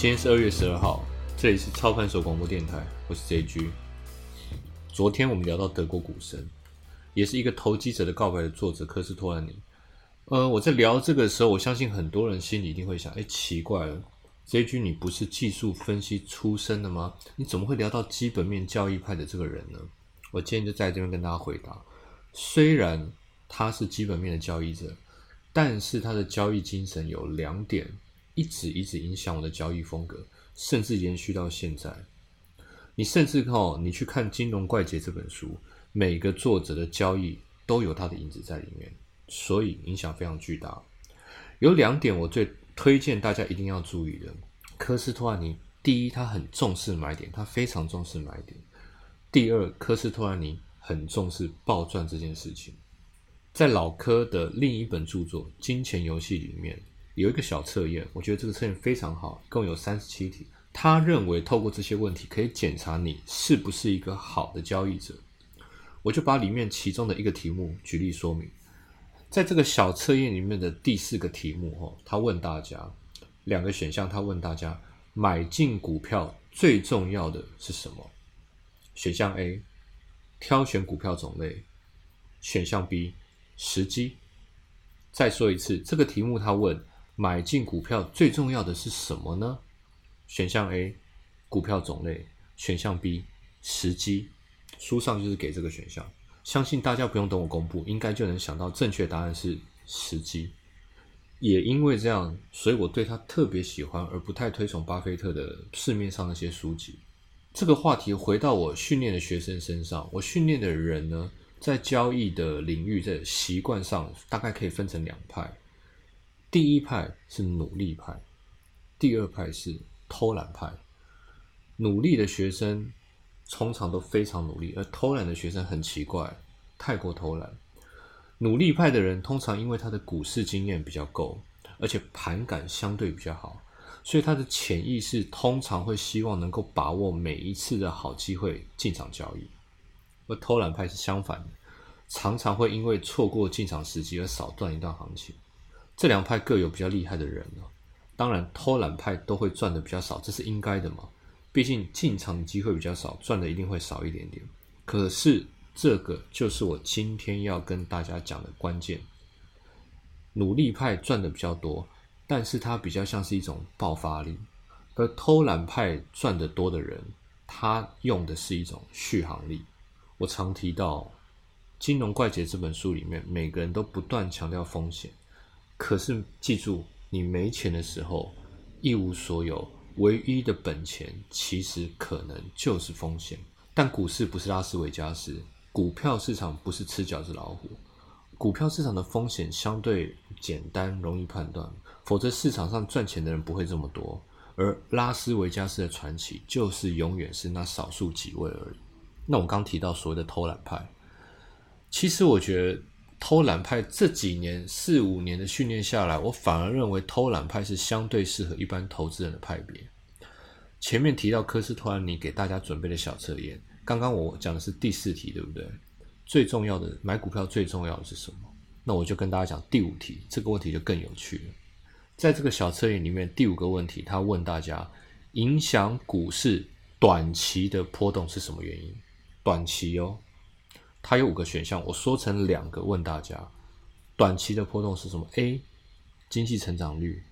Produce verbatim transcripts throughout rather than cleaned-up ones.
今天是二月十二号，这里是操盘手广播电台，我是 J G。昨天我们聊到德国股神，也是一个投机者的告白的作者科斯托兰尼。呃，我在聊这个的时候，我相信很多人心里一定会想，哎，奇怪了 ，J G 你不是技术分析出身的吗？你怎么会聊到基本面交易派的这个人呢？我今天就在这边跟大家回答，虽然他是基本面的交易者，但是他的交易精神有两点一直一直影响我的交易风格，甚至延续到现在。你甚至哦，你去看《金融怪杰》这本书，每个作者的交易都有他的影子在里面，所以影响非常巨大。有两点我最推荐大家一定要注意的。科斯托兰尼，第一，他很重视买点，他非常重视买点。第二，科斯托兰尼很重视暴赚这件事情。在老科的另一本著作《金钱游戏》里面，有一个小测验，我觉得这个测验非常好，一共有三十七题。他认为透过这些问题可以检查你是不是一个好的交易者。我就把里面其中的一个题目举例说明。在这个小测验里面的第四个题目，他问大家两个选项，他问大家买进股票最重要的是什么？选项 A， 挑选股票种类。选项 B， 时机。再说一次，这个题目他问买进股票最重要的是什么呢？选项 A， 股票种类。选项 B， 时机。书上就是给这个选项，相信大家不用等我公布，应该就能想到正确答案是时机。也因为这样，所以我对他特别喜欢，而不太推崇巴菲特的市面上那些书籍。这个话题回到我训练的学生身上，我训练的人呢，在交易的领域，在习惯上大概可以分成两派。第一派是努力派，第二派是偷懒派。努力的学生通常都非常努力，而偷懒的学生很奇怪，太过偷懒。努力派的人通常因为他的股市经验比较够，而且盘感相对比较好，所以他的潜意识通常会希望能够把握每一次的好机会进场交易。而偷懒派是相反的，常常会因为错过进场时机而少赚一段行情。这两派各有比较厉害的人，当然偷懒派都会赚的比较少，这是应该的嘛，毕竟进场的机会比较少，赚的一定会少一点点。可是这个就是我今天要跟大家讲的关键。努力派赚的比较多，但是他比较像是一种爆发力，而偷懒派赚得多的人，他用的是一种续航力。我常提到《金融怪杰》这本书里面，每个人都不断强调风险，可是记住，你没钱的时候一无所有，唯一的本钱其实可能就是风险。但股市不是拉斯维加斯，股票市场不是吃饺子老虎，股票市场的风险相对简单，容易判断，否则市场上赚钱的人不会这么多，而拉斯维加斯的传奇就是永远是那少数几位而已。那我刚提到所谓的偷懒派，其实我觉得偷懒派这几年四五年的训练下来，我反而认为偷懒派是相对适合一般投资人的派别。前面提到科斯托兰尼给大家准备的小测验，刚刚我讲的是第四题，对不对？最重要的买股票最重要的是什么？那我就跟大家讲第五题，这个问题就更有趣了。在这个小测验里面，第五个问题他问大家，影响股市短期的波动是什么原因？短期哦，它有五个选项，我说成两个问大家。短期的波动是什么？ A. 经济成长率。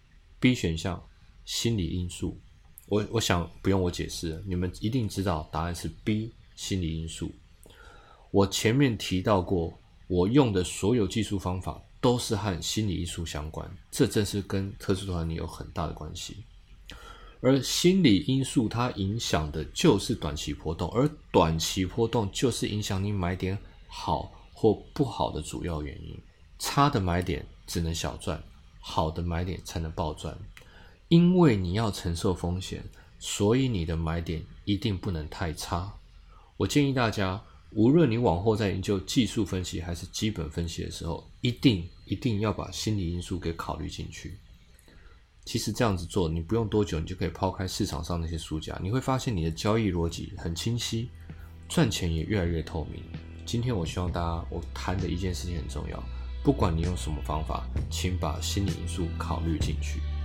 B 选项心理因素。我我想不用我解释了，你们一定知道答案是 B. 心理因素。我前面提到过，我用的所有技术方法都是和心理因素相关，这正是跟科斯托兰尼有很大的关系。而心理因素它影响的就是短期波动，而短期波动就是影响你买点好或不好的主要原因。差的买点只能小赚，好的买点才能暴赚。因为你要承受风险，所以你的买点一定不能太差。我建议大家，无论你往后在研究技术分析还是基本分析的时候，一定一定要把心理因素给考虑进去。其实这样子做，你不用多久，你就可以抛开市场上那些输家，你会发现你的交易逻辑很清晰，赚钱也越来越透明。今天我希望大家，我谈的一件事情很重要，不管你用什么方法，请把心理因素考虑进去。